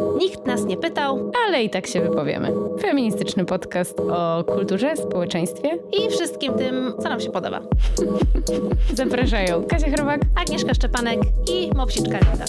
Nikt nas nie pytał, ale i tak się wypowiemy. Feministyczny podcast o kulturze, społeczeństwie i wszystkim tym, co nam się podoba. Zapraszają Kasia Chrobak, Agnieszka Szczepanek i Mopsiczka Lida.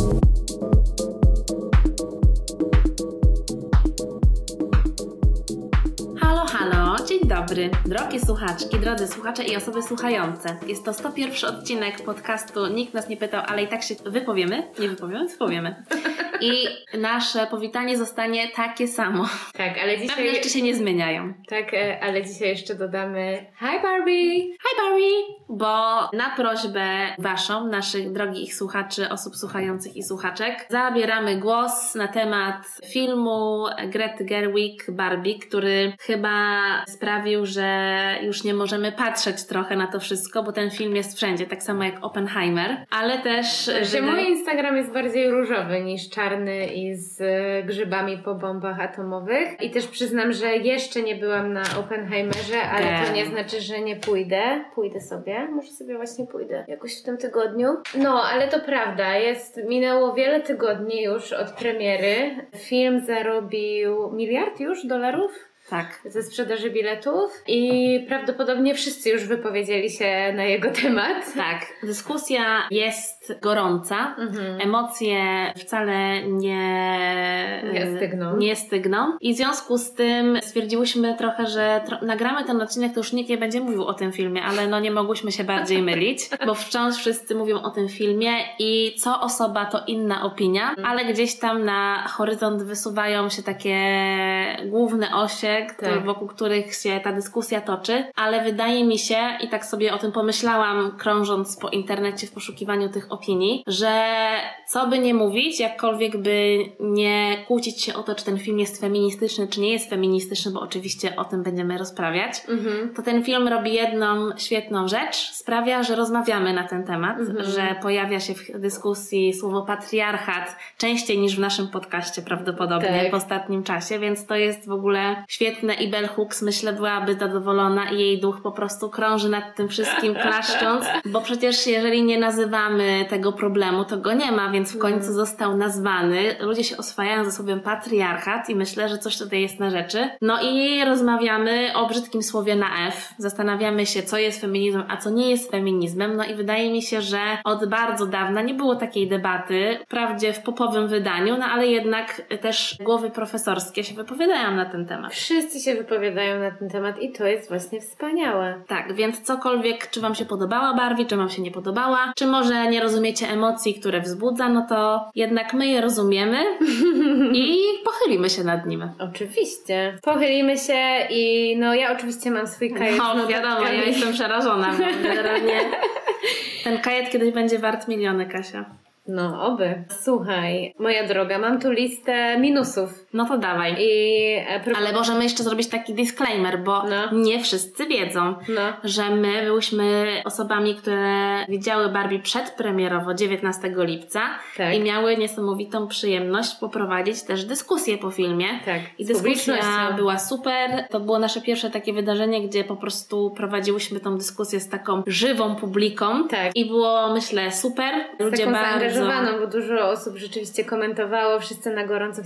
Halo, dzień dobry, drogie słuchaczki, drodzy słuchacze i osoby słuchające. Jest to 101 odcinek podcastu Nikt nas nie pytał, ale i tak się wypowiemy. Nie wypowiemy? Wypowiemy. I nasze powitanie zostanie takie samo. Tak, ale dzisiaj... Pewne rzeczy się nie zmieniają. Tak, ale dzisiaj jeszcze dodamy Hi Barbie! Hi Barbie! Bo na prośbę waszą, naszych drogich słuchaczy, osób słuchających i słuchaczek, zabieramy głos na temat filmu Grety Gerwig Barbie, który chyba sprawił, że już nie możemy patrzeć trochę na to wszystko, bo ten film jest wszędzie, tak samo jak Oppenheimer, ale też... Mój Instagram jest bardziej różowy niż czarny i z grzybami po bombach atomowych. I też przyznam, że jeszcze nie byłam na Oppenheimerze, ale to nie znaczy, że nie pójdę. Pójdę sobie. Może sobie właśnie pójdę jakoś w tym tygodniu. No, ale to prawda. Minęło wiele tygodni już od premiery. Film zarobił $1 miliard już dolarów? Tak. Ze sprzedaży biletów i prawdopodobnie wszyscy już wypowiedzieli się na jego temat. Tak. Dyskusja jest gorąca. Emocje wcale nie stygną. I w związku z tym stwierdziłyśmy trochę, że nagramy ten odcinek, to już nikt nie będzie mówił o tym filmie, ale nie mogłyśmy się bardziej mylić, bo wciąż wszyscy mówią o tym filmie i co osoba to inna opinia, ale gdzieś tam na horyzont wysuwają się takie główne osie, wokół których się ta dyskusja toczy, ale wydaje mi się, i tak sobie o tym pomyślałam, krążąc po internecie w poszukiwaniu tych opinii, że co by nie mówić, jakkolwiek by nie kłócić się o to, czy ten film jest feministyczny, czy nie jest feministyczny, bo oczywiście o tym będziemy rozprawiać, to ten film robi jedną świetną rzecz, sprawia, że rozmawiamy na ten temat, że pojawia się w dyskusji słowo patriarchat częściej niż w naszym podcaście prawdopodobnie w ostatnim czasie, więc to jest w ogóle świetne i Bell Hooks, myślę, byłaby zadowolona i jej duch po prostu krąży nad tym wszystkim klaszcząc, bo przecież jeżeli nie nazywamy tego problemu, to go nie ma, więc w końcu został nazwany. Ludzie się oswajają ze słowem patriarchat i myślę, że coś tutaj jest na rzeczy. No i rozmawiamy o brzydkim słowie na F. Zastanawiamy się, co jest feminizmem, a co nie jest feminizmem. No i wydaje mi się, że od bardzo dawna nie było takiej debaty, wprawdzie w popowym wydaniu, no ale jednak też głowy profesorskie się wypowiadają na ten temat. Wszyscy się wypowiadają na ten temat i to jest właśnie wspaniałe. Tak, więc cokolwiek, czy wam się podobała Barbie, czy wam się nie podobała, czy może nie rozumiecie emocji, które wzbudza, no to jednak my je rozumiemy i pochylimy się nad nim. Oczywiście. Pochylimy się i ja oczywiście mam swój kajet. No wiadomo, ja jestem przerażona, bo generalnie ten kajet kiedyś będzie wart miliony, Kasia. No, oby. Słuchaj, moja droga, mam tu listę minusów. No to dawaj. Ale możemy jeszcze zrobić taki disclaimer, bo nie wszyscy wiedzą, że my byłyśmy osobami, które widziały Barbie przedpremierowo 19 lipca i miały niesamowitą przyjemność poprowadzić też dyskusję po filmie. Tak, i dyskusja była super. To było nasze pierwsze takie wydarzenie, gdzie po prostu prowadziłyśmy tą dyskusję z taką żywą publiką. Tak. I było, myślę, super. Ludzie bardzo... bo dużo osób rzeczywiście komentowało, wszyscy na gorąco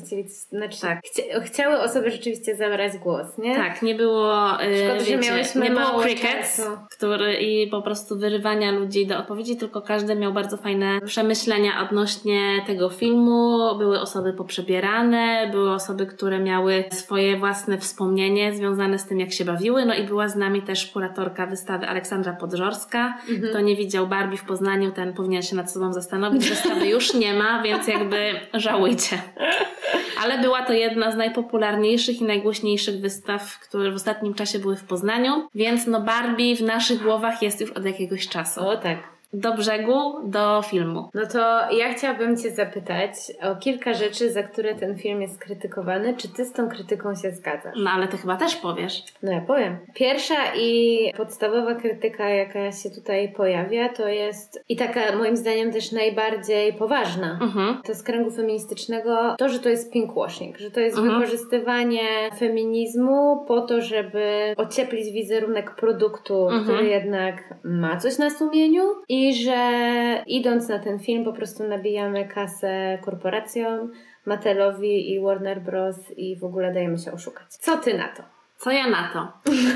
chciały osoby rzeczywiście zabrać głos, nie? Tak, nie było szkoda, że miałyśmy nie było crickets, i po prostu wyrywania ludzi do odpowiedzi, tylko każdy miał bardzo fajne przemyślenia odnośnie tego filmu. Były osoby poprzebierane, były osoby, które miały swoje własne wspomnienie związane z tym, jak się bawiły, i była z nami też kuratorka wystawy Aleksandra Podżorska. Kto nie widział Barbie w Poznaniu, ten powinien się nad sobą zastanowić. Wystawy już nie ma, więc żałujcie. Ale była to jedna z najpopularniejszych i najgłośniejszych wystaw, które w ostatnim czasie były w Poznaniu, więc Barbie w naszych głowach jest już od jakiegoś czasu. O tak. Do brzegu, do filmu. No to ja chciałabym Cię zapytać o kilka rzeczy, za które ten film jest krytykowany. Czy Ty z tą krytyką się zgadzasz? No ale Ty chyba też powiesz. No ja powiem. Pierwsza i podstawowa krytyka, jaka się tutaj pojawia, to jest i taka moim zdaniem też najbardziej poważna. To z kręgu feministycznego to, że to jest pinkwashing, że to jest wykorzystywanie feminizmu po to, żeby ocieplić wizerunek produktu, który jednak ma coś na sumieniu i że idąc na ten film po prostu nabijamy kasę korporacjom, Mattelowi i Warner Bros. I w ogóle dajemy się oszukać. Co ty na to? Co ja na to?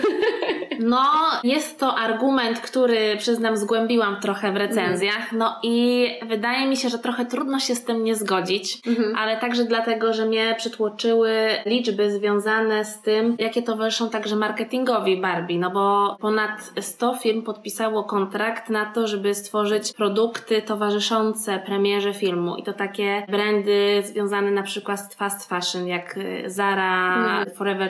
No, jest to argument, który przyznam zgłębiłam trochę w recenzjach, no i wydaje mi się, że trochę trudno się z tym nie zgodzić, ale także dlatego, że mnie przytłoczyły liczby związane z tym, jakie towarzyszą także marketingowi Barbie, no bo ponad 100 firm podpisało kontrakt na to, żeby stworzyć produkty towarzyszące premierze filmu i to takie brandy związane na przykład z fast fashion, jak Zara, Forever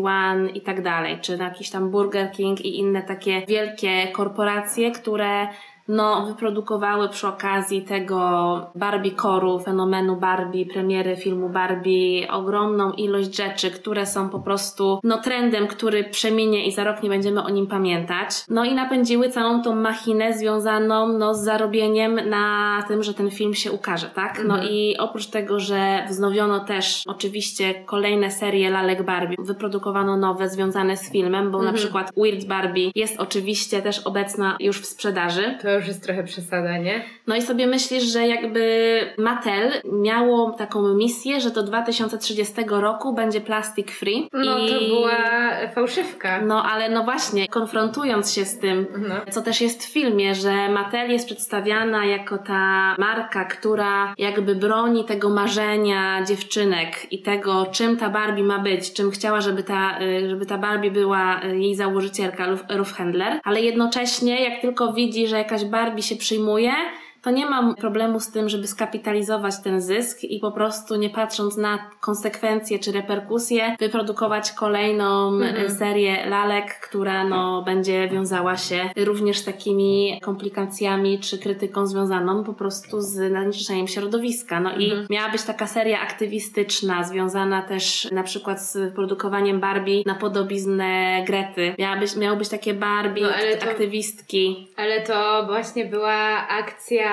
21 i tak dalej, czy jakiś tam Burger King i inne takie wielkie korporacje, które wyprodukowały przy okazji tego Barbie Core'u, fenomenu Barbie, premiery filmu Barbie, ogromną ilość rzeczy, które są po prostu trendem, który przeminie i za rok nie będziemy o nim pamiętać. No i napędziły całą tą machinę związaną z zarobieniem na tym, że ten film się ukaże, tak? No i oprócz tego, że wznowiono też oczywiście kolejne serie lalek Barbie, wyprodukowano nowe związane z filmem, bo na przykład Weird Barbie jest oczywiście też obecna już w sprzedaży. To już jest trochę przesada, nie? No i sobie myślisz, że jakby Mattel miało taką misję, że do 2030 roku będzie plastic free. No to była fałszywka. No ale właśnie, konfrontując się z tym, co też jest w filmie, że Mattel jest przedstawiana jako ta marka, która jakby broni tego marzenia dziewczynek i tego, czym ta Barbie ma być, czym chciała, żeby ta Barbie była jej założycielka, Ruth Handler, ale jednocześnie jak tylko widzi, że jakaś Barbie się przyjmuje, to nie mam problemu z tym, żeby skapitalizować ten zysk i po prostu nie patrząc na konsekwencje czy reperkusje, wyprodukować kolejną serię lalek, która będzie wiązała się również z takimi komplikacjami czy krytyką związaną po prostu z zanieczyszczeniem środowiska. No i miała być taka seria aktywistyczna, związana też na przykład z produkowaniem Barbie na podobiznę Grety. Miały być takie Barbie aktywistki. Ale to właśnie była akcja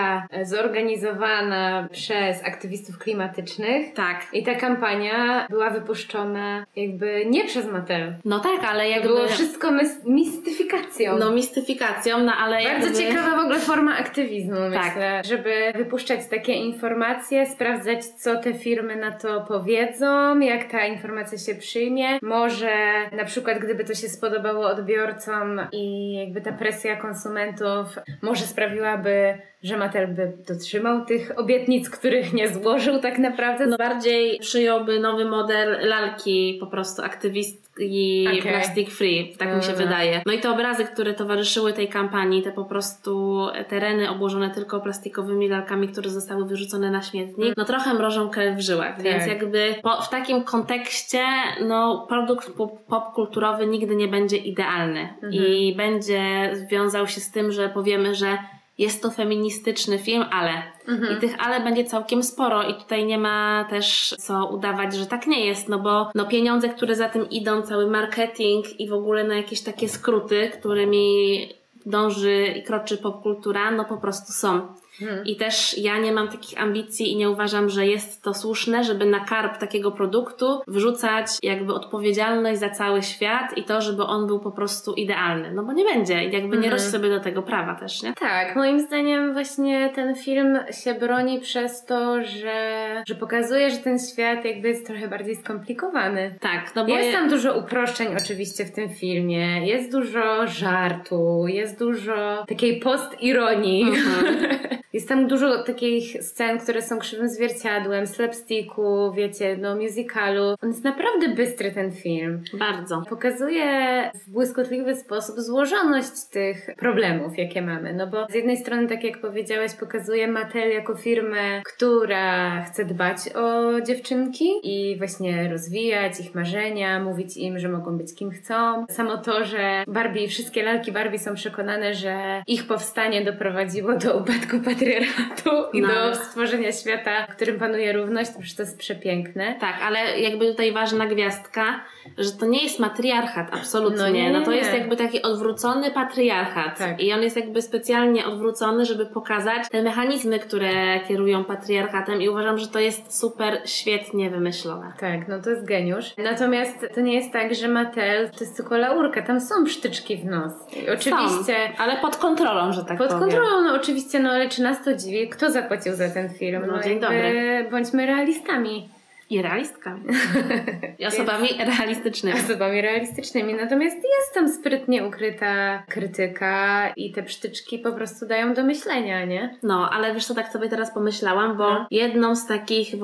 zorganizowana przez aktywistów klimatycznych. Tak. I ta kampania była wypuszczona jakby nie przez Mattel. No tak, ale jakby... To było wszystko mistyfikacją. No mistyfikacją, ale Bardzo ciekawa w ogóle forma aktywizmu, myślę. Żeby wypuszczać takie informacje, sprawdzać, co te firmy na to powiedzą, jak ta informacja się przyjmie. Może na przykład, gdyby to się spodobało odbiorcom i jakby ta presja konsumentów może sprawiłaby, że Mattel by dotrzymał tych obietnic, których nie złożył tak naprawdę. Bardziej przyjąłby nowy model lalki, po prostu aktywistki plastic free, tak mi się wydaje. No i te obrazy, które towarzyszyły tej kampanii, te po prostu tereny obłożone tylko plastikowymi lalkami, które zostały wyrzucone na śmietnik, trochę mrożą krew w żyłach, więc jakby w takim kontekście produkt popkulturowy nigdy nie będzie idealny i będzie wiązał się z tym, że powiemy, że jest to feministyczny film, ale. I tych ale będzie całkiem sporo i tutaj nie ma też co udawać, że tak nie jest, bo pieniądze, które za tym idą, cały marketing i w ogóle jakieś takie skróty, którymi dąży i kroczy popkultura, po prostu są. I też ja nie mam takich ambicji i nie uważam, że jest to słuszne, żeby na karb takiego produktu wrzucać jakby odpowiedzialność za cały świat i to, żeby on był po prostu idealny. Bo nie będzie i jakby nie rości sobie do tego prawa też, nie? Tak, moim zdaniem właśnie ten film się broni przez to, że pokazuje, że ten świat jakby jest trochę bardziej skomplikowany. Tak, bo jest tam dużo uproszczeń oczywiście w tym filmie, jest dużo żartu, jest dużo takiej postironii. Jest tam dużo takich scen, które są krzywym zwierciadłem, slapsticku, wiecie, musicalu. On jest naprawdę bystry, ten film. Bardzo. Pokazuje w błyskotliwy sposób złożoność tych problemów, jakie mamy. Bo z jednej strony, tak jak powiedziałeś, pokazuje Mattel jako firmę, która chce dbać o dziewczynki i właśnie rozwijać ich marzenia, mówić im, że mogą być kim chcą. Samo to, że wszystkie lalki Barbie są przekonane, że ich powstanie doprowadziło do upadku patriarchatu i do stworzenia świata, w którym panuje równość, to jest przepiękne. Tak, ale jakby tutaj ważna gwiazdka, że to nie jest matriarchat, absolutnie. To jest jakby taki odwrócony patriarchat. Tak. I on jest jakby specjalnie odwrócony, żeby pokazać te mechanizmy, które kierują patriarchatem i uważam, że to jest super świetnie wymyślone. Tak, to jest geniusz. Natomiast to nie jest tak, że Mattel to jest tylko laurka, tam są sztyczki w nos. I oczywiście... Są, ale pod kontrolą, że tak powiem. Pod kontrolą, oczywiście, ale czy nas to dziwi? Kto zapłacił za ten film? Dzień dobry. Bądźmy realistami. I realistkami. I osobami realistycznymi. Osobami realistycznymi. Natomiast jest tam sprytnie ukryta krytyka i te przytyczki po prostu dają do myślenia, nie? No, ale wiesz co, tak sobie teraz pomyślałam, bo jednym z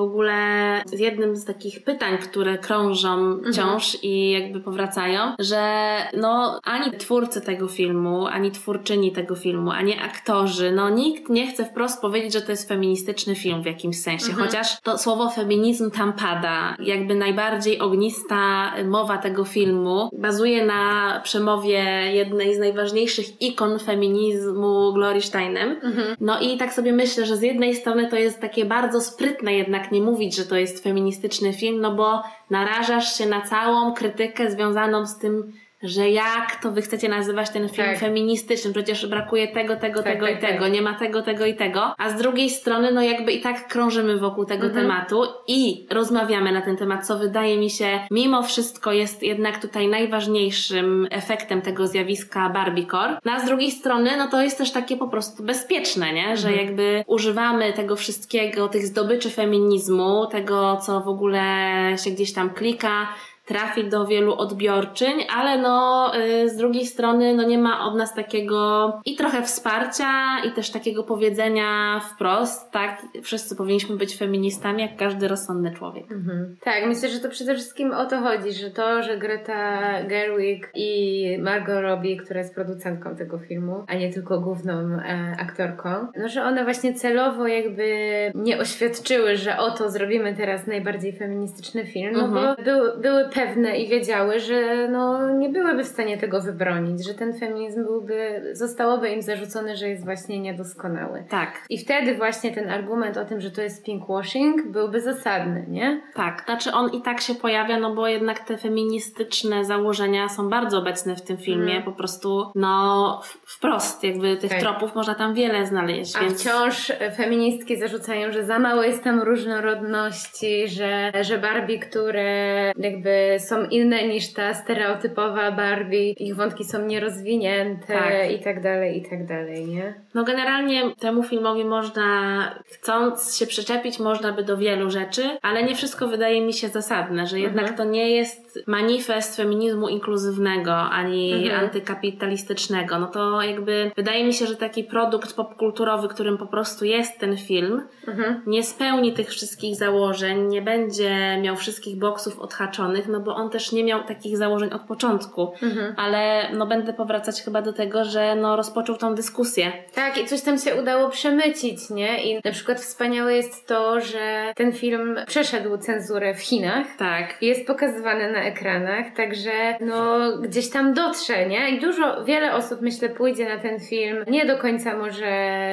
takich pytań, które krążą wciąż i jakby powracają, że no ani twórcy tego filmu, ani twórczyni tego filmu, ani aktorzy, no nikt nie chce wprost powiedzieć, że to jest feministyczny film w jakimś sensie, chociaż to słowo feminizm tam pada. Jakby najbardziej ognista mowa tego filmu bazuje na przemowie jednej z najważniejszych ikon feminizmu Glorii Steinem. No i tak sobie myślę, że z jednej strony to jest takie bardzo sprytne jednak nie mówić, że to jest feministyczny film, no bo narażasz się na całą krytykę związaną z tym, że jak to wy chcecie nazywać ten film feministycznym, przecież brakuje tego i tego, nie ma tego i tego, a z drugiej strony no jakby i tak krążymy wokół tego tematu i rozmawiamy na ten temat, co wydaje mi się mimo wszystko jest jednak tutaj najważniejszym efektem tego zjawiska Barbiecore. No a z drugiej strony no to jest też takie po prostu bezpieczne, nie? Że jakby używamy tego wszystkiego, tych zdobyczy feminizmu, tego co w ogóle się gdzieś tam klika, trafi do wielu odbiorczyń, ale no z drugiej strony no nie ma od nas takiego i trochę wsparcia i też takiego powiedzenia wprost, tak, wszyscy powinniśmy być feministami jak każdy rozsądny człowiek. Tak, myślę, że to przede wszystkim o to chodzi, że to, że Greta Gerwig i Margot Robbie, która jest producentką tego filmu, a nie tylko główną aktorką, no że one właśnie celowo jakby nie oświadczyły, że oto zrobimy teraz najbardziej feministyczny film, no bo były pewne i wiedziały, że no nie byłyby w stanie tego wybronić, że ten feminizm zostałoby im zarzucone, że jest właśnie niedoskonały. Tak. I wtedy właśnie ten argument o tym, że to jest pinkwashing byłby zasadny, nie? Tak, znaczy on i tak się pojawia, no bo jednak te feministyczne założenia są bardzo obecne w tym filmie, po prostu no wprost, jakby tych tropów można tam wiele znaleźć. A wciąż feministki zarzucają, że za mało jest tam różnorodności, że Barbie, które jakby są inne niż ta stereotypowa Barbie, ich wątki są nierozwinięte i tak dalej, nie? No generalnie temu filmowi można, chcąc się przyczepić, można by do wielu rzeczy, ale nie wszystko wydaje mi się zasadne, że jednak to nie jest manifest feminizmu inkluzywnego, ani antykapitalistycznego. No to jakby wydaje mi się, że taki produkt popkulturowy, którym po prostu jest ten film, nie spełni tych wszystkich założeń, nie będzie miał wszystkich boksów odhaczonych, no bo on też nie miał takich założeń od początku. Ale no będę powracać chyba do tego, że no rozpoczął tą dyskusję. Tak, i coś tam się udało przemycić, nie? I na przykład wspaniałe jest to, że ten film przeszedł cenzurę w Chinach. Tak. I jest pokazywany na ekranach, także no gdzieś tam dotrze, nie? I wiele osób, myślę, pójdzie na ten film nie do końca może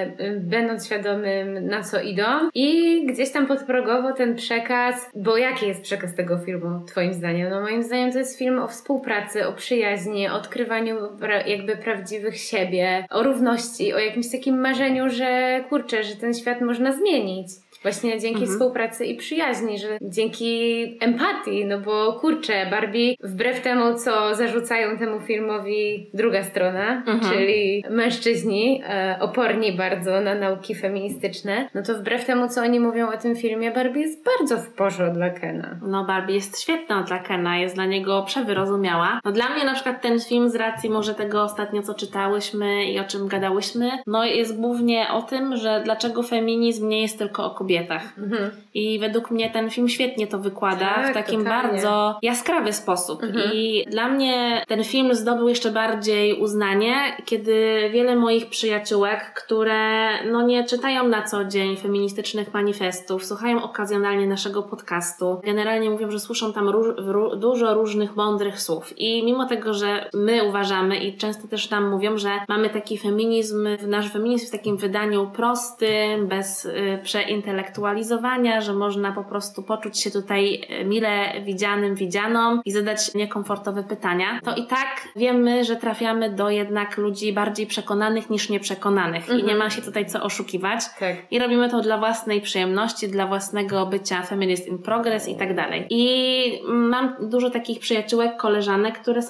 będąc świadomym, na co idą, i gdzieś tam podprogowo ten przekaz, bo jaki jest przekaz tego filmu, twoim zdaniem? No moim zdaniem to jest film o współpracy, o przyjaźni, o odkrywaniu jakby prawdziwych siebie, o równości, o jakimś takim marzeniu, że kurczę, że ten świat można zmienić. Właśnie dzięki współpracy i przyjaźni, że dzięki empatii, no bo kurczę, Barbie, wbrew temu, co zarzucają temu filmowi druga strona, czyli mężczyźni oporni bardzo na nauki feministyczne, no to wbrew temu, co oni mówią o tym filmie, Barbie jest bardzo w porządku dla Kena. No Barbie jest świetna dla Kena, jest dla niego przewyrozumiała. No dla mnie na przykład ten film z racji może tego ostatnio, co czytałyśmy i o czym gadałyśmy, no jest głównie o tym, że dlaczego feminizm nie jest tylko o kobietach. I według mnie ten film świetnie to wykłada w takim bardzo jaskrawy sposób. I dla mnie ten film zdobył jeszcze bardziej uznanie, kiedy wiele moich przyjaciółek, które no nie czytają na co dzień feministycznych manifestów, słuchają okazjonalnie naszego podcastu, generalnie mówią, że słyszą tam dużo różnych mądrych słów. I mimo tego, że my uważamy i często też nam mówią, że mamy taki feminizm, nasz feminizm w takim wydaniu prostym, bez przeintelektualizowania, że można po prostu poczuć się tutaj mile widzianą i zadać niekomfortowe pytania, to i tak wiemy, że trafiamy do jednak ludzi bardziej przekonanych niż nieprzekonanych i nie ma się tutaj co oszukiwać. Tak. I robimy to dla własnej przyjemności, dla własnego bycia feminist in progress i tak dalej. I mam dużo takich przyjaciółek, koleżanek, które są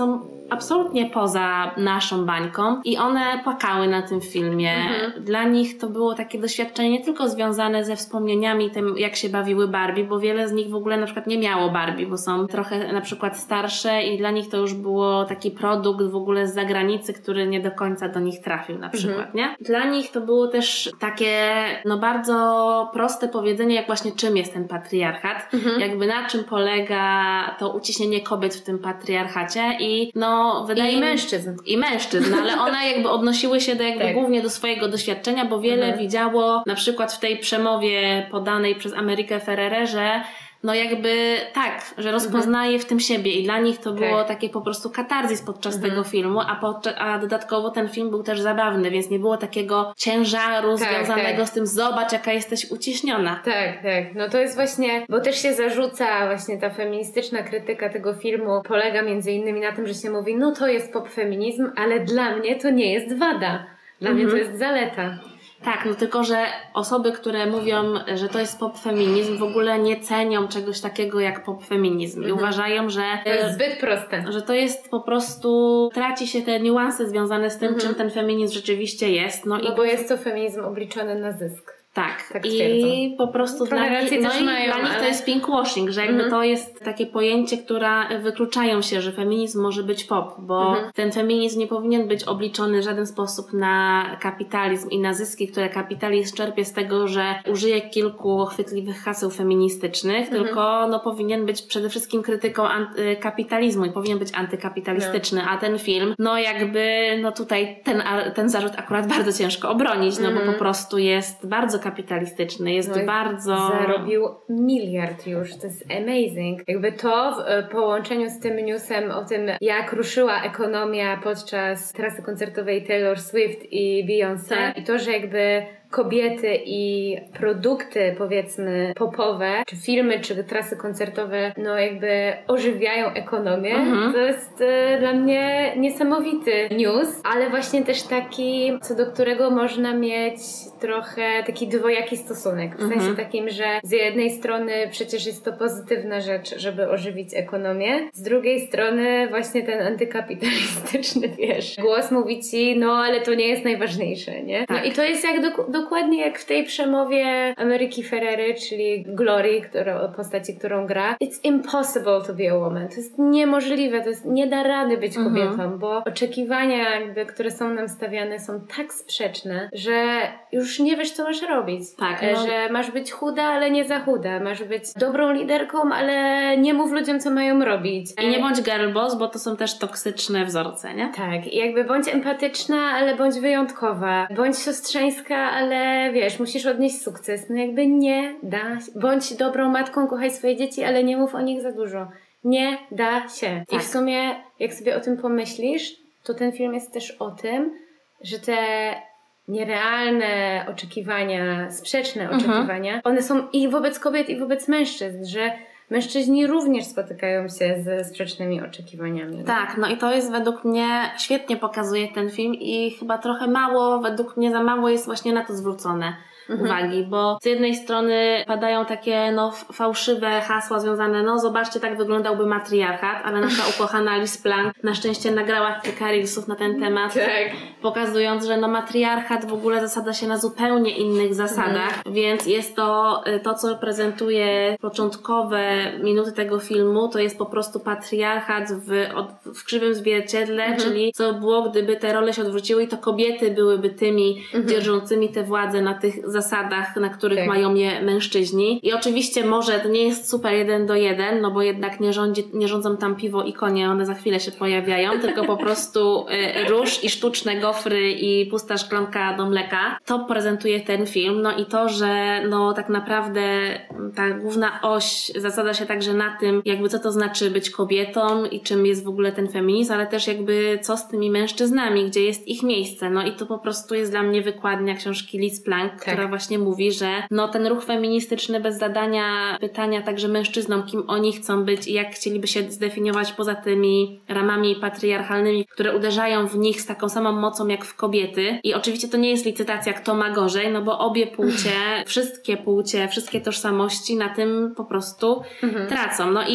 absolutnie poza naszą bańką i one płakały na tym filmie. Dla nich to było takie doświadczenie nie tylko związane ze wspomnieniami tym, jak się bawiły Barbie, bo wiele z nich w ogóle na przykład nie miało Barbie, bo są trochę na przykład starsze i dla nich to już było taki produkt w ogóle z zagranicy, który nie do końca do nich trafił na przykład, nie? Dla nich to było też takie, no bardzo proste powiedzenie, jak właśnie czym jest ten patriarchat, jakby na czym polega to uciśnienie kobiet w tym patriarchacie i no wydaje mi mężczyzn. I mężczyzn, ale one jakby odnosiły się do jakby głównie do swojego doświadczenia, bo wiele widziało na przykład w tej przemowie podanej przez Amerikę Ferrerę, że no jakby tak, że rozpoznaje w tym siebie i dla nich to było takie po prostu katarzis podczas tego filmu, a dodatkowo ten film był też zabawny, więc nie było takiego ciężaru związanego z tym, zobacz jaka jesteś uciśniona. Tak. No to jest właśnie, bo też się zarzuca właśnie ta feministyczna krytyka tego filmu polega między innymi na tym, że się mówi, no to jest popfeminizm, ale dla mnie to nie jest wada. Dla mnie to jest zaleta. Tak, no tylko, że osoby, które mówią, że to jest popfeminizm, w ogóle nie cenią czegoś takiego jak popfeminizm i uważają, że to jest zbyt proste. Że to jest po prostu, traci się te niuanse związane z tym, czym ten feminizm rzeczywiście jest. No bo jest to feminizm obliczony na zysk. Tak i po prostu dla nich to jest pinkwashing, że jakby to jest takie pojęcie, które wykluczają się, że feminizm może być pop, bo ten feminizm nie powinien być obliczony w żaden sposób na kapitalizm i na zyski, które kapitalizm czerpie z tego, że użyje kilku chwytliwych haseł feministycznych, tylko no powinien być przede wszystkim krytyką kapitalizmu i powinien być antykapitalistyczny, a ten film, no jakby, no tutaj ten zarzut akurat bardzo ciężko obronić, no bo po prostu jest bardzo kapitalistyczny, jest bardzo... Zarobił miliard już, to jest amazing. Jakby to w połączeniu z tym newsem o tym, jak ruszyła ekonomia podczas trasy koncertowej Taylor Swift i Beyoncé i to, że jakby kobiety i produkty, powiedzmy, popowe, czy filmy, czy trasy koncertowe, no jakby ożywiają ekonomię. To jest dla mnie niesamowity news, ale właśnie też taki, co do którego można mieć trochę taki dwojaki stosunek. W sensie takim, że z jednej strony przecież jest to pozytywna rzecz, żeby ożywić ekonomię, z drugiej strony właśnie ten antykapitalistyczny, głos mówi ci, no ale to nie jest najważniejsze, nie? No i to jest jak dokładnie jak w tej przemowie Ameryki Ferrery, czyli Glory, postaci, którą gra. It's impossible to be a woman. To jest niemożliwe, to jest, nie da rady być kobietą, bo oczekiwania jakby, które są nam stawiane, są tak sprzeczne, że już nie wiesz, co masz robić. Tak, że masz być chuda, ale nie za chuda. Masz być dobrą liderką, ale nie mów ludziom, co mają robić. I nie bądź girl boss, bo to są też toksyczne wzorce, nie? Tak. I jakby bądź empatyczna, ale bądź wyjątkowa. Bądź siostrzeńska, ale wiesz, musisz odnieść sukces. No jakby nie da się. Bądź dobrą matką, kochaj swoje dzieci, ale nie mów o nich za dużo. Nie da się. Tak. I w sumie, jak sobie o tym pomyślisz, to ten film jest też o tym, że te nierealne oczekiwania, sprzeczne oczekiwania, one są i wobec kobiet, i wobec mężczyzn, że mężczyźni również spotykają się ze sprzecznymi oczekiwaniami. Tak, no i to jest według mnie, świetnie pokazuje ten film i chyba trochę mało, według mnie za mało jest właśnie na to zwrócone uwagi, bo z jednej strony padają takie fałszywe hasła związane, zobaczcie, tak wyglądałby matriarchat, ale nasza ukochana Liz Plank na szczęście nagrała kilka reelsów na ten temat, pokazując, że matriarchat w ogóle zasada się na zupełnie innych zasadach, więc jest to, co prezentuje początkowe minuty tego filmu, to jest po prostu patriarchat w krzywym zwierciedle, czyli co było, gdyby te role się odwróciły i to kobiety byłyby tymi dzierżącymi tę władzę na tych zasadach, na których mają je mężczyźni. I oczywiście może to nie jest super 1:1, bo jednak nie rządzą tam piwo i konie, one za chwilę się pojawiają, tylko po prostu róż i sztuczne gofry i pusta szklanka do mleka. To prezentuje ten film. No i to, że tak naprawdę ta główna oś zasada się także na tym, jakby co to znaczy być kobietą i czym jest w ogóle ten feminizm, ale też jakby co z tymi mężczyznami, gdzie jest ich miejsce. No i to po prostu jest dla mnie wykładnia książki Liz Plank, która właśnie mówi, że ten ruch feministyczny bez zadania pytania także mężczyznom, kim oni chcą być i jak chcieliby się zdefiniować poza tymi ramami patriarchalnymi, które uderzają w nich z taką samą mocą jak w kobiety. I oczywiście to nie jest licytacja, kto ma gorzej, bo obie płcie, wszystkie tożsamości na tym po prostu tracą. No i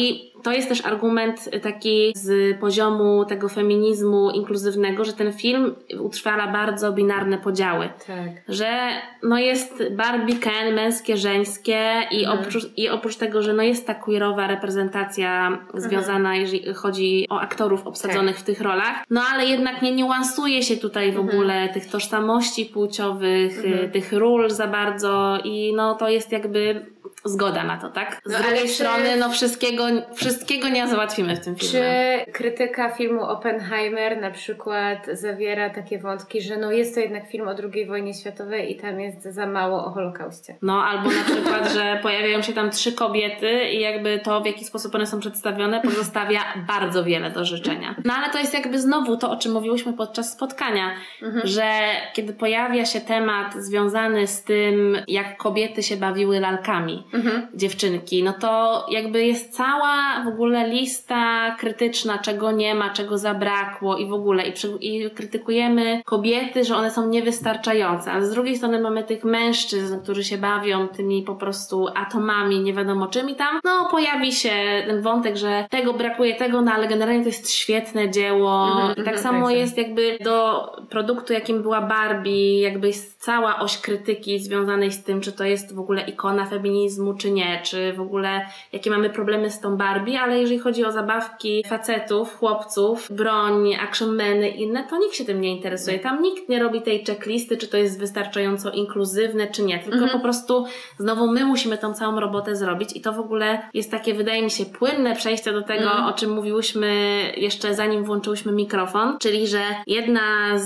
to jest też argument taki z poziomu tego feminizmu inkluzywnego, że ten film utrwala bardzo binarne podziały. Tak. Że no jest Barbie, Ken, męskie, żeńskie i oprócz tego, że no jest ta queerowa reprezentacja związana, jeżeli chodzi o aktorów obsadzonych w tych rolach, no ale jednak nie niuansuje się tutaj w ogóle tych tożsamości płciowych, tych ról za bardzo i no to jest jakby zgoda na to, tak? Z drugiej strony, no wszystkiego nie załatwimy w tym filmie. Czy krytyka filmu Oppenheimer na przykład zawiera takie wątki, że no jest to jednak film o II wojnie światowej i tam jest za mało o Holokauście? No, albo na przykład, że pojawiają się tam 3 kobiety i jakby to, w jaki sposób one są przedstawione, pozostawia bardzo wiele do życzenia. No, ale to jest jakby znowu to, o czym mówiłyśmy podczas spotkania, że kiedy pojawia się temat związany z tym, jak kobiety się bawiły lalkami, dziewczynki, no to jakby jest cała w ogóle lista krytyczna, czego nie ma, czego zabrakło i w ogóle i krytykujemy kobiety, że one są niewystarczające, ale z drugiej strony mamy tych mężczyzn, którzy się bawią tymi po prostu atomami, nie wiadomo czym i tam, no pojawi się ten wątek, że tego brakuje tego, no ale generalnie to jest świetne dzieło i tak samo jest jakby do produktu, jakim była Barbie, jakby jest cała oś krytyki związanej z tym, czy to jest w ogóle ikona feminizmu, czy nie, czy w ogóle jakie mamy problemy z tą Barbie, ale jeżeli chodzi o zabawki facetów, chłopców, broń, action meny i inne, to nikt się tym nie interesuje. Tam nikt nie robi tej checklisty, czy to jest wystarczająco inkluzywne, czy nie, tylko po prostu znowu my musimy tą całą robotę zrobić i to w ogóle jest takie, wydaje mi się, płynne przejście do tego, o czym mówiłyśmy jeszcze zanim włączyłyśmy mikrofon, czyli że jedna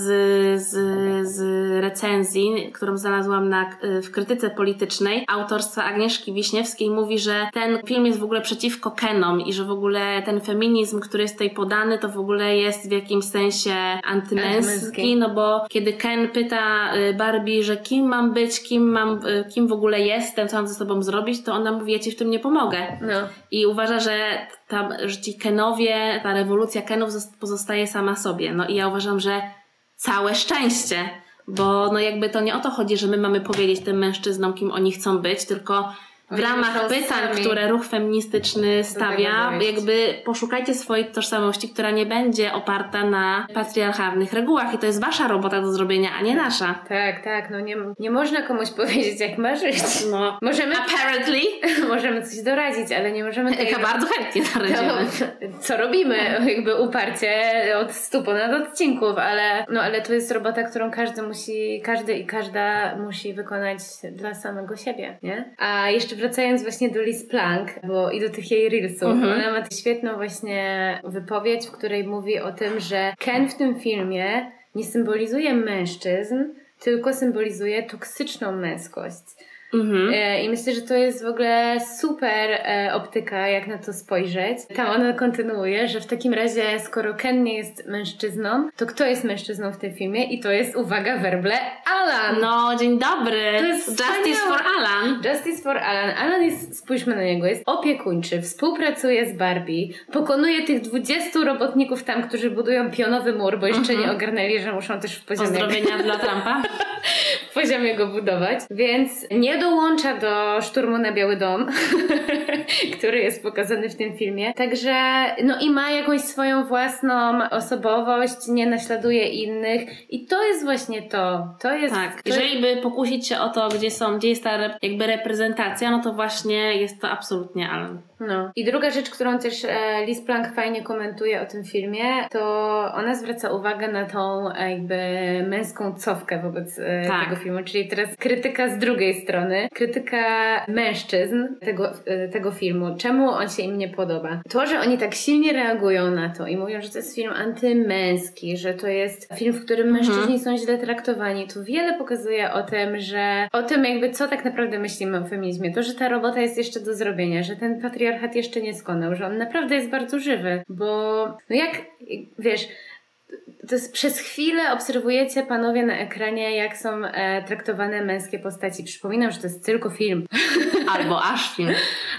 z recenzji, którą znalazłam w krytyce politycznej autorstwa Agnieszki Wiśniewskiej mówi, że ten film jest w ogóle przeciwko Kenom i że w ogóle ten feminizm, który jest tutaj podany, to w ogóle jest w jakimś sensie antymęski, no bo kiedy Ken pyta Barbie, że kim mam być, kim w ogóle jestem, co mam ze sobą zrobić, to ona mówi, ja ci w tym nie pomogę. No. I uważa, że ci Kenowie, ta rewolucja Kenów pozostaje sama sobie. No i ja uważam, że całe szczęście. Bo no jakby to nie o to chodzi, że my mamy powiedzieć tym mężczyznom, kim oni chcą być, tylko w ramach pytań, które ruch feministyczny stawia, jakby poszukajcie swojej tożsamości, która nie będzie oparta na patriarchalnych regułach i to jest wasza robota do zrobienia, a nie nasza. Tak, no nie można komuś powiedzieć, jak ma żyć. No, możemy apparently możemy coś doradzić, ale nie możemy tego bardzo chętnie doradzimy. Co robimy? Jakby uparcie od 100 ponad odcinków, ale to jest robota, którą każdy i każda musi wykonać dla samego siebie, nie? A jeszcze wracając właśnie do Liz Plank, i do tych jej reelsów, ona ma świetną właśnie wypowiedź, w której mówi o tym, że Ken w tym filmie nie symbolizuje mężczyzn, tylko symbolizuje toksyczną męskość. I myślę, że to jest w ogóle super optyka, jak na to spojrzeć. Tam ona kontynuuje, że w takim razie, skoro Ken nie jest mężczyzną, to kto jest mężczyzną w tym filmie? I to jest, uwaga, werble, Alan! No, dzień dobry! To jest Justice for Alan! Justice for Alan. Alan jest, spójrzmy na niego, jest opiekuńczy, współpracuje z Barbie, pokonuje tych 20 robotników tam, którzy budują pionowy mur, bo jeszcze nie ogarnęli, że muszą też w poziomie... Pozdrowienia dla Trumpa. W poziomie go budować, więc nie dołącza do szturmu na Biały Dom, który jest pokazany w tym filmie. Także, no i ma jakąś swoją własną osobowość, nie naśladuje innych i to jest właśnie to. Tak, jeżeli by pokusić się o to, gdzie jest ta jakby reprezentacja, no to właśnie jest to absolutnie Alan. No. I druga rzecz, którą też Liz Plank fajnie komentuje o tym filmie, to ona zwraca uwagę na tą jakby męską cofkę wobec tego filmu, czyli teraz krytyka z drugiej strony, krytyka mężczyzn tego filmu. Czemu on się im nie podoba? To, że oni tak silnie reagują na to i mówią, że to jest film antymęski, że to jest film, w którym mężczyźni są źle traktowani, to wiele pokazuje o tym jakby co tak naprawdę myślimy o feminizmie. To, że ta robota jest jeszcze do zrobienia, że ten patriarchat jeszcze nie skonał, że on naprawdę jest bardzo żywy, bo no jak, wiesz, to jest, przez chwilę obserwujecie panowie na ekranie, jak są traktowane męskie postaci. Przypominam, że to jest tylko film. Albo aż film.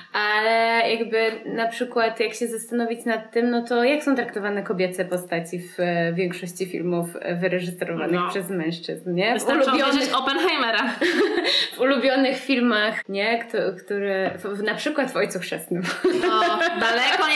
Ale jakby na przykład jak się zastanowić nad tym, no to jak są traktowane kobiece postaci w większości filmów wyreżyserowanych przez mężczyzn, nie? Wystarczy obejrzeć Oppenheimera. W ulubionych filmach, nie? Które na przykład w Ojcu Chrzestnym. No, daleko nie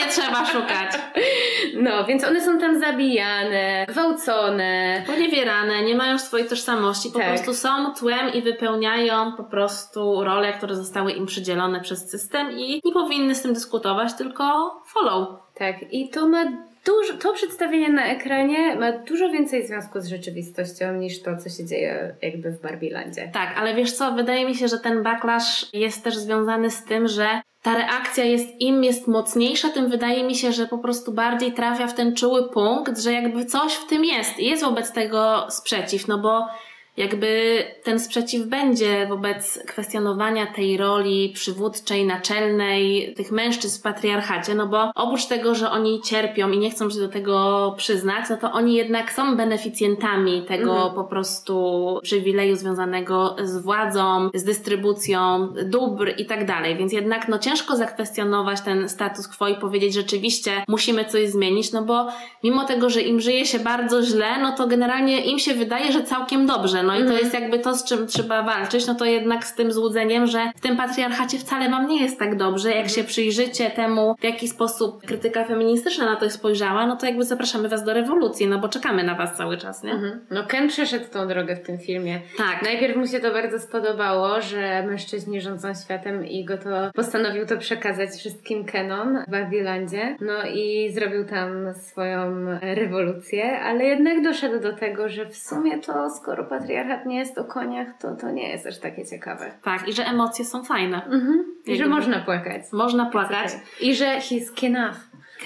nie trzeba szukać. No, więc one są tam zabijane, gwałcone, poniewierane, nie mają swojej tożsamości, po prostu są tłem i wypełniają po prostu role, które zostały im przydzielone przez system i nie powinny z tym dyskutować, tylko follow. Tak, i to ma to przedstawienie na ekranie ma dużo więcej związku z rzeczywistością niż to, co się dzieje jakby w Barbielandzie. Tak, ale wiesz co, wydaje mi się, że ten backlash jest też związany z tym, że ta reakcja im jest mocniejsza, tym wydaje mi się, że po prostu bardziej trafia w ten czuły punkt, że jakby coś w tym jest i jest wobec tego sprzeciw, no bo jakby ten sprzeciw będzie wobec kwestionowania tej roli przywódczej, naczelnej, tych mężczyzn w patriarchacie, no bo oprócz tego, że oni cierpią i nie chcą się do tego przyznać, no to oni jednak są beneficjentami tego po prostu przywileju związanego z władzą, z dystrybucją dóbr i tak dalej, więc jednak no ciężko zakwestionować ten status quo i powiedzieć rzeczywiście musimy coś zmienić, no bo mimo tego, że im żyje się bardzo źle, no to generalnie im się wydaje, że całkiem dobrze. No i to jest jakby to, z czym trzeba walczyć, no to jednak z tym złudzeniem, że w tym patriarchacie wcale wam nie jest tak dobrze. Jak się przyjrzycie temu, w jaki sposób krytyka feministyczna na to spojrzała, no to jakby zapraszamy was do rewolucji, no bo czekamy na was cały czas, nie? No Ken przeszedł tą drogę w tym filmie. Tak. Najpierw mu się to bardzo spodobało, że mężczyźni rządzą światem i postanowił to przekazać wszystkim Kenom w Barbielandzie. No i zrobił tam swoją rewolucję, ale jednak doszedł do tego, że w sumie to skoro patriarchat nie jest o koniach, to nie jest aż takie ciekawe. Tak, i że emocje są fajne. I że można płakać. Można płakać. I że he's enough.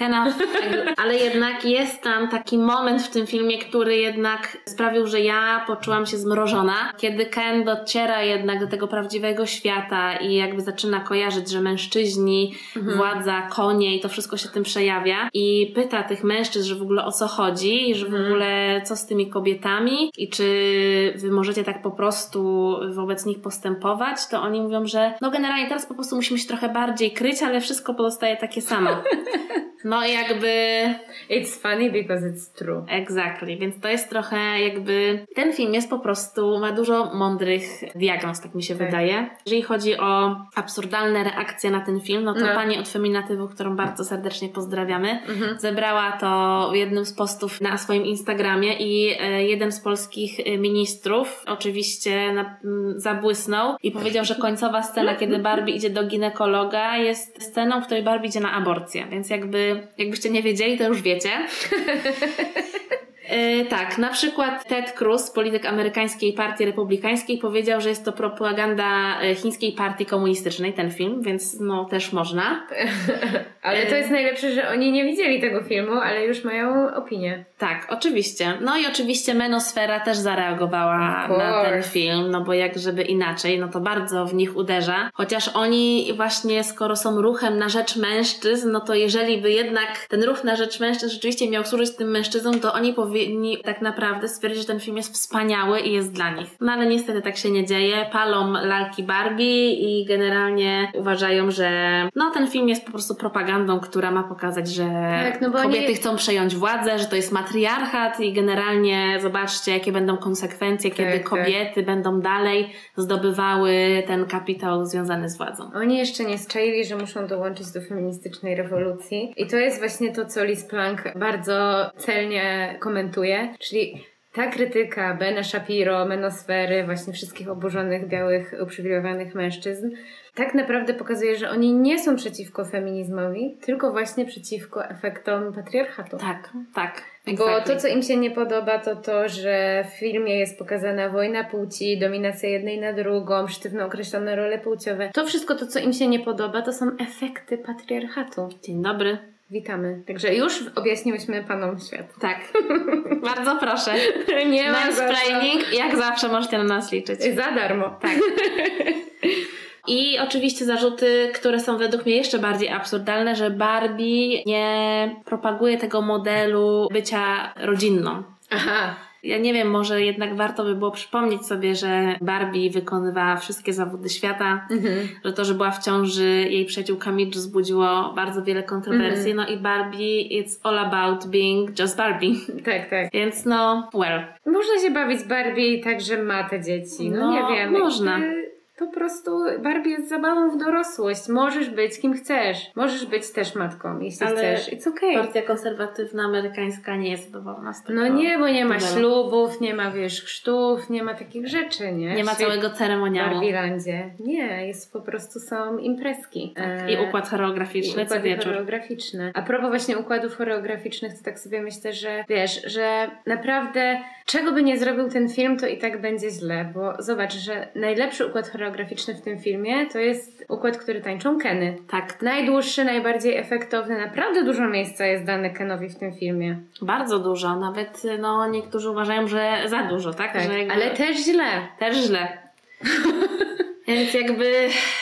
Ale jednak jest tam taki moment w tym filmie, który jednak sprawił, że ja poczułam się zmrożona. Kiedy Ken dociera jednak do tego prawdziwego świata i jakby zaczyna kojarzyć, że mężczyźni, władza, konie i to wszystko się tym przejawia i pyta tych mężczyzn, że w ogóle o co chodzi, że w ogóle co z tymi kobietami i czy wy możecie tak po prostu wobec nich postępować, to oni mówią, że no generalnie teraz po prostu musimy się trochę bardziej kryć, ale wszystko pozostaje takie samo. No jakby... It's funny because it's true. Exactly, więc to jest trochę jakby... Ten film jest po prostu, ma dużo mądrych diagnoz, tak mi się wydaje. Jeżeli chodzi o absurdalne reakcje na ten film, no to pani od Feminatywu, którą bardzo serdecznie pozdrawiamy, zebrała to w jednym z postów na swoim Instagramie i jeden z polskich ministrów oczywiście zabłysnął i powiedział, że końcowa scena, kiedy Barbie idzie do ginekologa, jest sceną, w której Barbie idzie na aborcję, więc jakbyście nie wiedzieli, to już wiecie. Tak, na przykład Ted Cruz, polityk amerykańskiej partii republikańskiej, powiedział, że jest to propaganda chińskiej partii komunistycznej, ten film, więc no też można. Ale to jest najlepsze, że oni nie widzieli tego filmu, ale już mają opinię. Tak, oczywiście. No i oczywiście Menosfera też zareagowała na ten film, no bo jak żeby inaczej, no to bardzo w nich uderza. Chociaż oni właśnie, skoro są ruchem na rzecz mężczyzn, no to jeżeli by jednak ten ruch na rzecz mężczyzn rzeczywiście miał służyć tym mężczyznom, to oni powinni tak naprawdę stwierdzić, że ten film jest wspaniały i jest dla nich. No ale niestety tak się nie dzieje. Palą lalki Barbie i generalnie uważają, że no ten film jest po prostu propagandą, która ma pokazać, że tak, no kobiety chcą przejąć władzę, że to jest matriarchat i generalnie zobaczcie, jakie będą konsekwencje, kiedy kobiety będą dalej zdobywały ten kapitał związany z władzą. Oni jeszcze nie zczaili, że muszą dołączyć do feministycznej rewolucji i to jest właśnie to, co Liz Plank bardzo celnie komentuje, czyli ta krytyka Bena Shapiro, Menosfery, właśnie wszystkich oburzonych, białych, uprzywilejowanych mężczyzn tak naprawdę pokazuje, że oni nie są przeciwko feminizmowi, tylko właśnie przeciwko efektom patriarchatu. Tak. Exactly. Bo to, co im się nie podoba, to to, że w filmie jest pokazana wojna płci, dominacja jednej na drugą, sztywno określone role płciowe. To wszystko, to, co im się nie podoba, to są efekty patriarchatu. Dzień dobry. Witamy. Także już objaśniłyśmy panom świat. Tak. Bardzo proszę. Nie ma mansplaining. Jak zawsze możecie na nas liczyć. Za darmo. Tak. I oczywiście zarzuty, które są według mnie jeszcze bardziej absurdalne, że Barbie nie propaguje tego modelu bycia rodzinną. Aha. Ja nie wiem, może jednak warto by było przypomnieć sobie, że Barbie wykonywała wszystkie zawody świata, że to, że była w ciąży jej przyjaciółka Mitch wzbudziło bardzo wiele kontrowersji, no i Barbie, it's all about being just Barbie. Tak. Więc no, well. Można się bawić Barbie i tak, że ma te dzieci. No nie wiem. Można. po prostu Barbie jest zabawą w dorosłość. Możesz być kim chcesz. Możesz być też matką, jeśli chcesz. It's okay. Partia konserwatywna amerykańska nie jest zadowolona z tego. No nie, bo nie ma ślubów, nie ma chrztów, nie ma takich rzeczy, nie? Nie ma całego ceremoniału. W Barbielandzie. Nie, jest po prostu są imprezki. Tak. I układ choreograficzny co wieczór. Choreograficzny. A propos właśnie układów choreograficznych, to tak sobie myślę, że wiesz, że naprawdę czego by nie zrobił ten film, to i tak będzie źle, bo zobacz, że najlepszy układ choreograficzny w tym filmie to jest układ, który tańczą Keny. Tak. Najdłuższy, najbardziej efektowny, naprawdę dużo miejsca jest dane Kenowi w tym filmie. Bardzo dużo, nawet niektórzy uważają, że za dużo, tak? Tak, że jakby... ale też źle. Też źle. Więc jakby...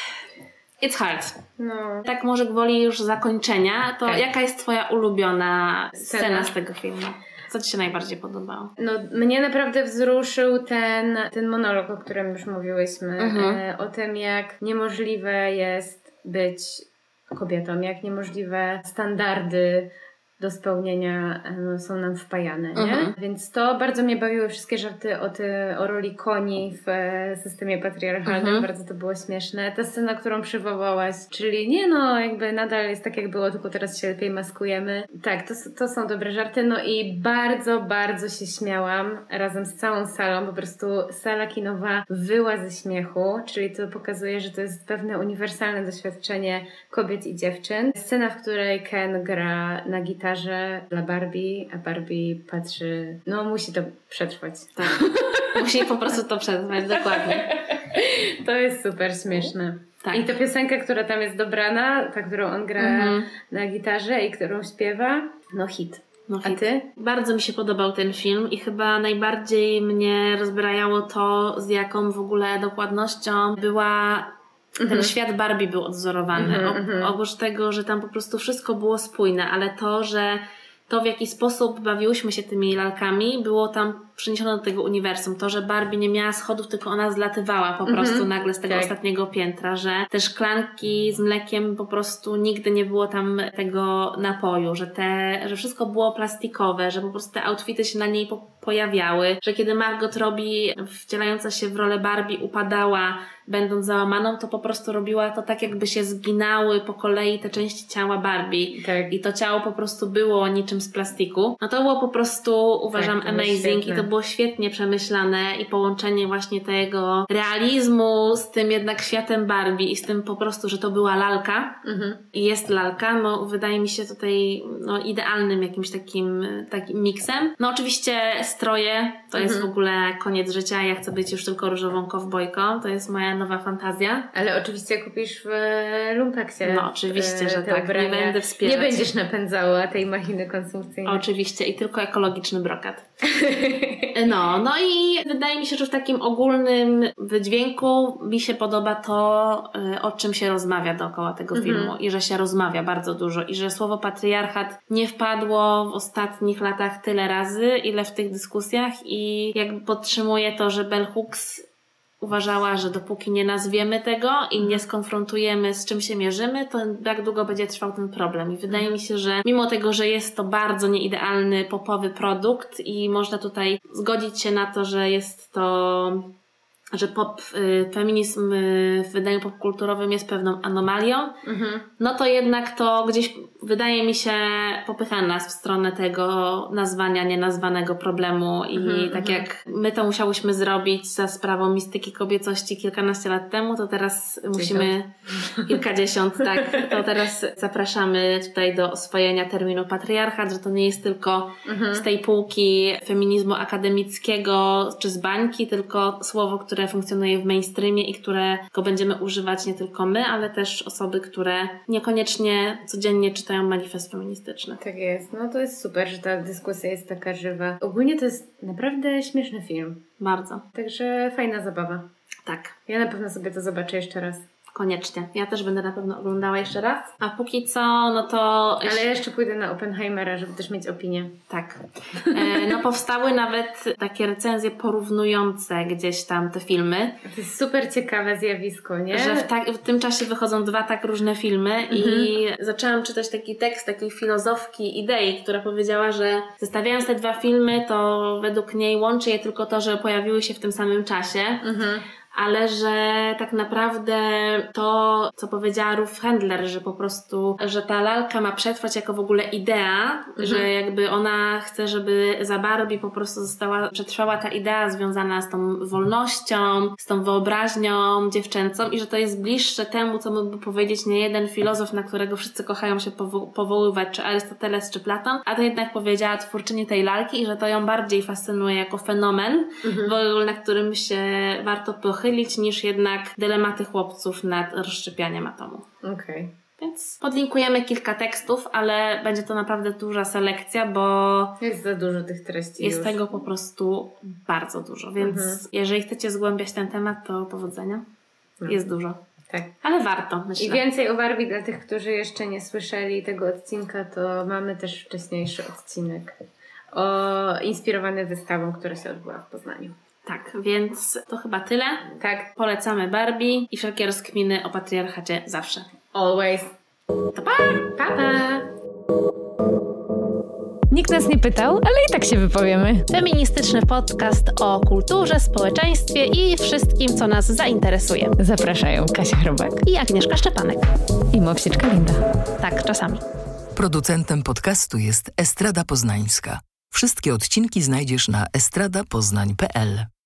It's hard. No. Tak może gwoli już zakończenia, to jaka jest twoja ulubiona scena z tego filmu? Co ci się najbardziej podobało? No, mnie naprawdę wzruszył ten monolog, o którym już mówiłyśmy. O tym, jak niemożliwe jest być kobietą, jak niemożliwe standardy do spełnienia są nam wpajane, nie? Więc to bardzo mnie bawiły wszystkie żarty o roli koni w systemie patriarchalnym. Bardzo to było śmieszne. Ta scena, którą przywołałaś, czyli jakby nadal jest tak jak było, tylko teraz się lepiej maskujemy. Tak, to są dobre żarty. No i bardzo, bardzo się śmiałam razem z całą salą. Po prostu sala kinowa wyła ze śmiechu, czyli to pokazuje, że to jest pewne uniwersalne doświadczenie kobiet i dziewczyn. Scena, w której Ken gra na gitarze dla Barbie, a Barbie patrzy, musi to przetrwać. Tak. Musi po prostu to przetrwać, dokładnie. To jest super śmieszne. Tak. I ta piosenka, która tam jest dobrana, ta, którą on gra na gitarze i którą śpiewa, hit. A ty? Bardzo mi się podobał ten film i chyba najbardziej mnie rozbrajało to, z jaką w ogóle dokładnością ten świat Barbie był odzorowany. Oprócz tego, że tam po prostu wszystko było spójne, ale to w jaki sposób bawiłyśmy się tymi lalkami, było tam przeniesione do tego uniwersum. To, że Barbie nie miała schodów, tylko ona zlatywała po prostu nagle z tego ostatniego piętra, że te szklanki z mlekiem po prostu nigdy nie było tam tego napoju, że wszystko było plastikowe, że po prostu te outfity się na niej pojawiały, że kiedy Margot Robbie, wcielająca się w rolę Barbie, upadała, będąc załamaną, to po prostu robiła to tak, jakby się zginały po kolei te części ciała Barbie. Tak. I to ciało po prostu było niczym z plastiku. To było po prostu, uważam, amazing i to było świetnie przemyślane i połączenie właśnie tego realizmu z tym jednak światem Barbie i z tym po prostu, że to była lalka i jest lalka, wydaje mi się tutaj idealnym jakimś takim miksem. Oczywiście stroje to jest w ogóle koniec życia. Ja chcę być już tylko różową kowbojką. To jest moja nowa fantazja. Ale oczywiście kupisz w Lumpeksie. Oczywiście, że tak. Ubrania. Nie będę wspierać. Nie będziesz napędzała tej machiny konsumpcyjnej. Oczywiście i tylko ekologiczny brokat. I wydaje mi się, że w takim ogólnym wydźwięku mi się podoba to, o czym się rozmawia dookoła tego filmu i że się rozmawia bardzo dużo i że słowo patriarchat nie wpadło w ostatnich latach tyle razy, ile w tych dyskusjach i jakby podtrzymuję to, że Bell Hooks uważała, że dopóki nie nazwiemy tego i nie skonfrontujemy, z czym się mierzymy, to jak długo będzie trwał ten problem. I wydaje mi się, że mimo tego, że jest to bardzo nieidealny popowy produkt i można tutaj zgodzić się na to, że jest to, że feminizm w wydaniu popkulturowym jest pewną anomalią, to jednak to gdzieś wydaje mi się popycha nas w stronę tego nazwania nienazwanego problemu i tak jak my to musiałyśmy zrobić za sprawą mistyki kobiecości kilkanaście lat temu, to teraz musimy kilkadziesiąt, tak, to teraz zapraszamy tutaj do oswojenia terminu patriarchat, że to nie jest tylko z tej półki feminizmu akademickiego czy z bańki, tylko słowo, które funkcjonuje w mainstreamie i którego będziemy używać nie tylko my, ale też osoby, które niekoniecznie codziennie czytają manifest feministyczny. Tak jest. To jest super, że ta dyskusja jest taka żywa. Ogólnie to jest naprawdę śmieszny film. Bardzo. Także fajna zabawa. Tak. Ja na pewno sobie to zobaczę jeszcze raz. Koniecznie. Ja też będę na pewno oglądała jeszcze raz. A póki co, Ale ja jeszcze pójdę na Oppenheimera, żeby też mieć opinię. Tak. Powstały nawet takie recenzje porównujące gdzieś tam te filmy. To jest super ciekawe zjawisko, nie? Że w tym czasie wychodzą dwa tak różne filmy i zaczęłam czytać taki tekst takiej filozofki idei, która powiedziała, że zestawiając te dwa filmy, to według niej łączy je tylko to, że pojawiły się w tym samym czasie. ale że tak naprawdę to, co powiedziała Ruth Handler, że po prostu, że ta lalka ma przetrwać jako w ogóle idea, że jakby ona chce, żeby za Barbie po prostu przetrwała ta idea związana z tą wolnością, z tą wyobraźnią dziewczęcą i że to jest bliższe temu, co mógłby powiedzieć nie jeden filozof, na którego wszyscy kochają się powoływać, czy Arystoteles, czy Platon, a to jednak powiedziała twórczyni tej lalki i że to ją bardziej fascynuje jako fenomen, w ogóle na którym się warto pochylić, niż jednak dylematy chłopców nad rozszczepianiem atomu. Okej. Więc podlinkujemy kilka tekstów, ale będzie to naprawdę duża selekcja, bo jest za dużo tych treści. Jest tego po prostu bardzo dużo, więc jeżeli chcecie zgłębiać ten temat, to powodzenia. Jest dużo. Tak. Ale warto, myślę. I więcej o Barbie dla tych, którzy jeszcze nie słyszeli tego odcinka, to mamy też wcześniejszy odcinek inspirowany wystawą, która się odbyła w Poznaniu. Tak, więc to chyba tyle. Tak. Polecamy Barbie i wszelkie rozkminy o patriarchacie zawsze. Always. To pa! Pa, pa! Nikt nas nie pytał, ale i tak się wypowiemy. Feministyczny podcast o kulturze, społeczeństwie i wszystkim, co nas zainteresuje. Zapraszają Kasia Chrobak I Agnieszka Szczepanek. i Mopsiczka Linda. Tak, czasami. Producentem podcastu jest Estrada Poznańska. Wszystkie odcinki znajdziesz na estradapoznań.pl.